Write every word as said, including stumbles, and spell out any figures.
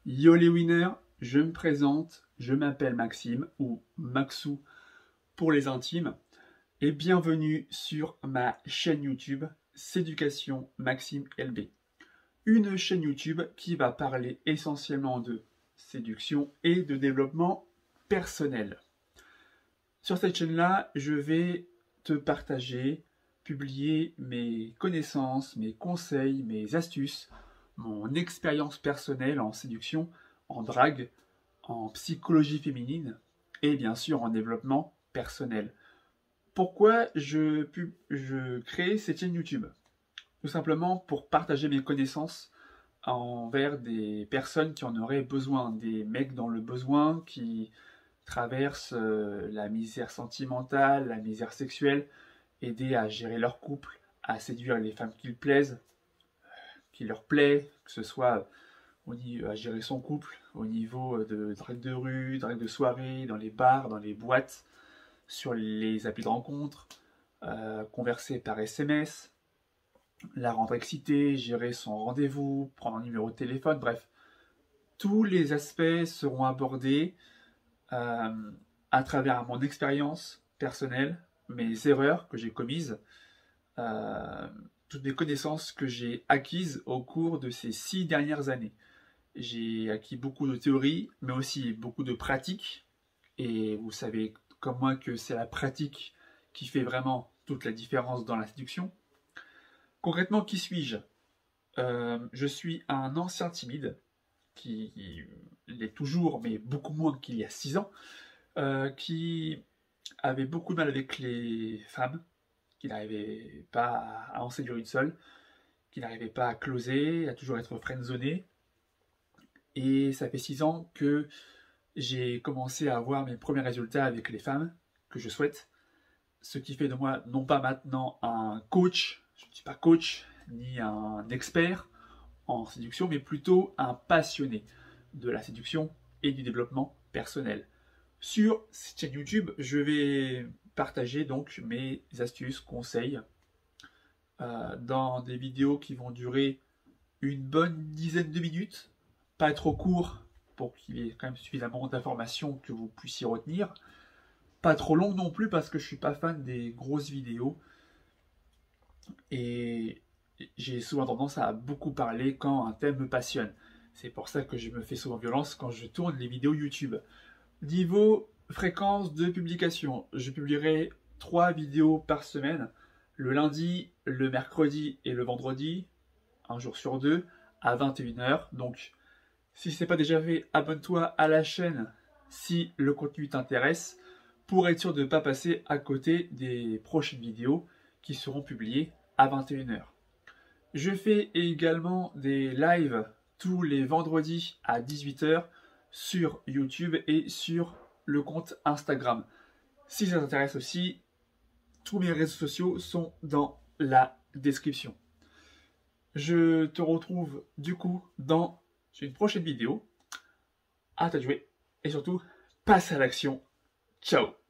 Yo les winners, je me présente, je m'appelle Maxime ou Maxou pour les intimes et bienvenue sur ma chaîne YouTube Séducation Maxime L B. Une chaîne YouTube qui va parler essentiellement de séduction et de développement personnel. Sur cette chaîne-là, je vais te partager, publier mes connaissances, mes conseils, mes astuces, mon expérience personnelle en séduction, en drague, en psychologie féminine et bien sûr en développement personnel. Pourquoi je, pub, je crée cette chaîne YouTube? Tout simplement pour partager mes connaissances envers des personnes qui en auraient besoin, des mecs dans le besoin qui traversent euh, la misère sentimentale, la misère sexuelle, aider à gérer leur couple, à séduire les femmes qui leur plaisent, qui leur plaît, que ce soit au niveau, à gérer son couple, au niveau de drague de rue, drague de soirée, dans les bars, dans les boîtes, sur les applis de rencontre, euh, converser par S M S, la rendre excitée, gérer son rendez-vous, prendre un numéro de téléphone, bref. Tous les aspects seront abordés euh, à travers mon expérience personnelle, mes erreurs que j'ai commises, euh, toutes les connaissances que j'ai acquises au cours de ces six dernières années. J'ai acquis beaucoup de théories, mais aussi beaucoup de pratiques. Et vous savez comme moi que c'est la pratique qui fait vraiment toute la différence dans la séduction. Concrètement, qui suis-je? euh, Je suis un ancien timide, qui l'est toujours, mais beaucoup moins qu'il y a six ans, euh, qui avait beaucoup de mal avec les femmes, qui n'arrivait pas à en séduire une seule, qui n'arrivait pas à closer, à toujours être friendzoné. Et ça fait six ans que j'ai commencé à avoir mes premiers résultats avec les femmes que je souhaite. Ce qui fait de moi non pas maintenant un coach, je ne suis pas coach, ni un expert en séduction, mais plutôt un passionné de la séduction et du développement personnel. Sur cette chaîne YouTube, je vais partager donc mes astuces, conseils, euh, dans des vidéos qui vont durer une bonne dizaine de minutes, pas trop court pour qu'il y ait quand même suffisamment d'informations que vous puissiez retenir, pas trop longue non plus parce que je suis pas fan des grosses vidéos et j'ai souvent tendance à beaucoup parler quand un thème me passionne. C'est pour ça que je me fais souvent violence quand je tourne les vidéos YouTube. Niveau fréquence de publication, je publierai trois vidéos par semaine, le lundi, le mercredi et le vendredi, un jour sur deux, à vingt et une heures. Donc, si ce n'est pas déjà fait, abonne-toi à la chaîne si le contenu t'intéresse, pour être sûr de ne pas passer à côté des prochaines vidéos qui seront publiées à vingt et une heures. Je fais également des lives tous les vendredis à dix-huit heures sur YouTube et sur le compte Instagram. Si ça t'intéresse aussi, tous mes réseaux sociaux sont dans la description. Je te retrouve du coup dans une prochaine vidéo. À toi de jouer et surtout, passe à l'action. Ciao!